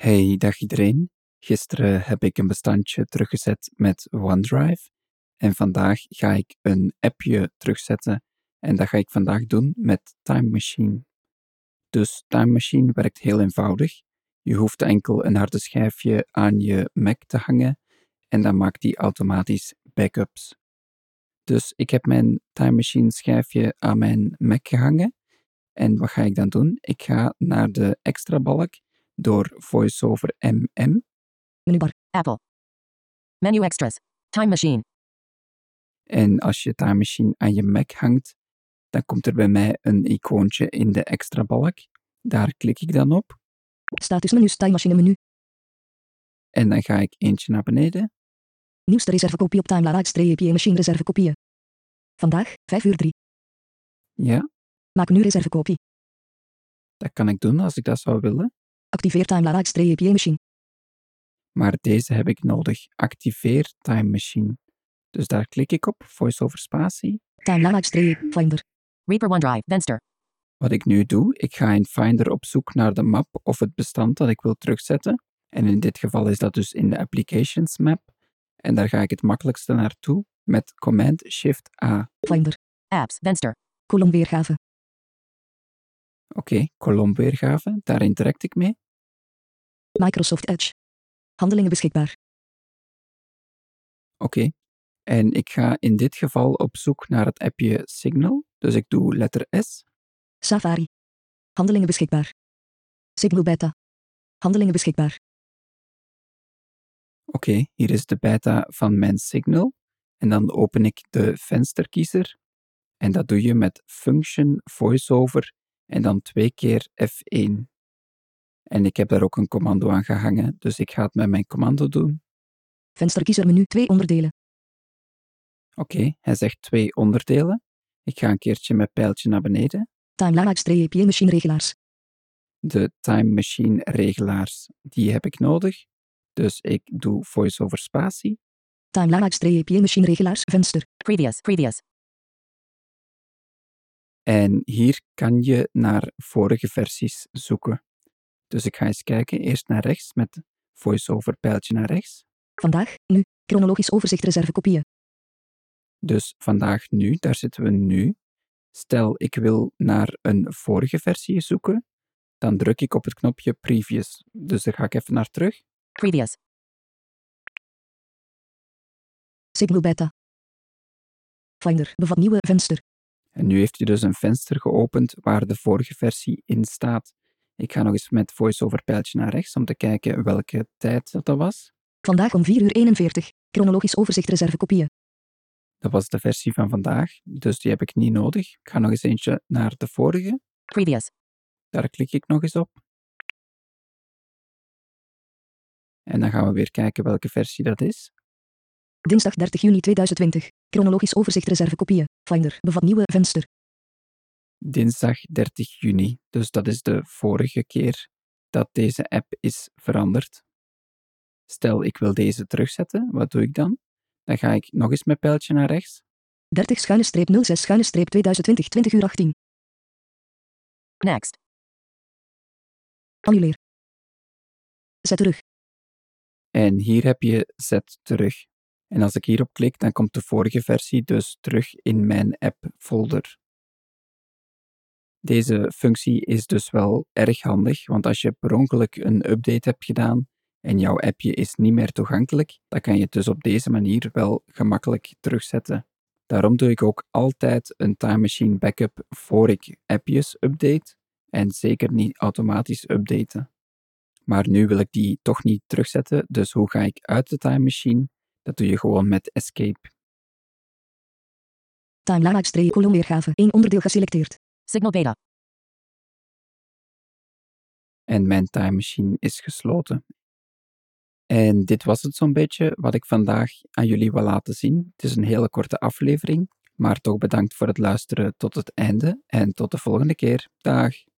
Hey, dag iedereen. Gisteren heb ik een bestandje teruggezet met OneDrive en vandaag ga ik een appje terugzetten en dat ga ik vandaag doen met Time Machine. Dus Time Machine werkt heel eenvoudig. Je hoeft enkel een harde schijfje aan je Mac te hangen en dan maakt die automatisch backups. Dus ik heb mijn Time Machine schijfje aan mijn Mac gehangen en wat ga ik dan doen? Ik ga naar de extra balk door VoiceOver MM. Menubar. Apple. Menu extras. Time machine. En als je Time Machine aan je Mac hangt, dan komt er bij mij een icoontje in de extra balk. Daar klik ik dan op. Statusmenus Time machine menu. En dan ga ik eentje naar beneden. Nieuwste reservekopie op Time Larage machine reservekopieën. Vandaag, 5:03. Ja, Maak nu reservekopie. dat kan ik doen als ik dat zou willen. Activeer Time Larage machine. Maar deze heb ik nodig. Activeer Time Machine. Dus daar klik ik op, VoiceOver spatie. Time Larage Finder. Reaper OneDrive, venster. Wat ik nu doe, ik ga in Finder op zoek naar de map of het bestand dat ik wil terugzetten. En in dit geval is dat dus in de Applications map. En daar ga ik het makkelijkste naartoe met Command-Shift-A. Finder. Apps, venster. Kolomweergave. Oké, kolomweergave, daar interact ik mee. Microsoft Edge. Handelingen beschikbaar. Oké, en ik ga in dit geval op zoek naar het appje Signal. Dus ik doe letter S. Safari. Handelingen beschikbaar. Signal beta. Handelingen beschikbaar. Oké, hier is de beta van mijn Signal. En dan open ik de vensterkiezer. En dat doe je met Function VoiceOver en dan 2 keer F1. En ik heb daar ook een commando aan gehangen, dus ik ga het met mijn commando doen. Vensterkiezer menu 2 onderdelen. Oké, hij zegt 2 onderdelen. Ik ga een keertje met pijltje naar beneden. Time Larage machine regelaars. De Time Machine regelaars, die heb ik nodig. Dus ik doe VoiceOver spatie. Time Larage machine regelaars venster. Previous. En hier kan je naar vorige versies zoeken. Dus ik ga eens kijken, eerst naar rechts met VoiceOver pijltje naar rechts. Vandaag, nu, chronologisch overzicht reservekopieën. Dus vandaag nu, daar zitten we nu. Stel, ik wil naar een vorige versie zoeken, dan druk ik op het knopje Previous. Dus daar ga ik even naar terug. Previous. Signal beta. Finder bevat nieuwe venster. En nu heeft hij dus een venster geopend waar de vorige versie in staat. Ik ga nog eens met VoiceOver pijltje naar rechts om te kijken welke tijd dat was. Vandaag om 4:41. Chronologisch overzicht reservekopieën. Dat was de versie van vandaag, dus die heb ik niet nodig. Ik ga nog eens eentje naar de vorige. Previous. Daar klik ik nog eens op. En dan gaan we weer kijken welke versie dat is. Dinsdag 30 juni 2020. Chronologisch overzicht reservekopieën. Finder bevat nieuwe venster. Dinsdag 30 juni, dus dat is de vorige keer dat deze app is veranderd. Stel, ik wil deze terugzetten, wat doe ik dan? Dan ga ik nog eens met pijltje naar rechts. 30-06-2020 20:18. Next. Annuleer. Zet terug. En hier heb je zet terug. En als ik hierop klik, dan komt de vorige versie dus terug in mijn app-folder. Deze functie is dus wel erg handig, want als je per ongeluk een update hebt gedaan en jouw appje is niet meer toegankelijk, dan kan je het dus op deze manier wel gemakkelijk terugzetten. Daarom doe ik ook altijd een Time Machine backup voor ik appjes update en zeker niet automatisch updaten. Maar nu wil ik die toch niet terugzetten, dus hoe ga ik uit de Time Machine? Dat doe je gewoon met Escape. Time Larage kolomweergave 1 onderdeel geselecteerd. Signal beta. En mijn Time Machine is gesloten. En dit was het zo'n beetje wat ik vandaag aan jullie wil laten zien. Het is een hele korte aflevering, maar toch bedankt voor het luisteren tot het einde en tot de volgende keer. Dag!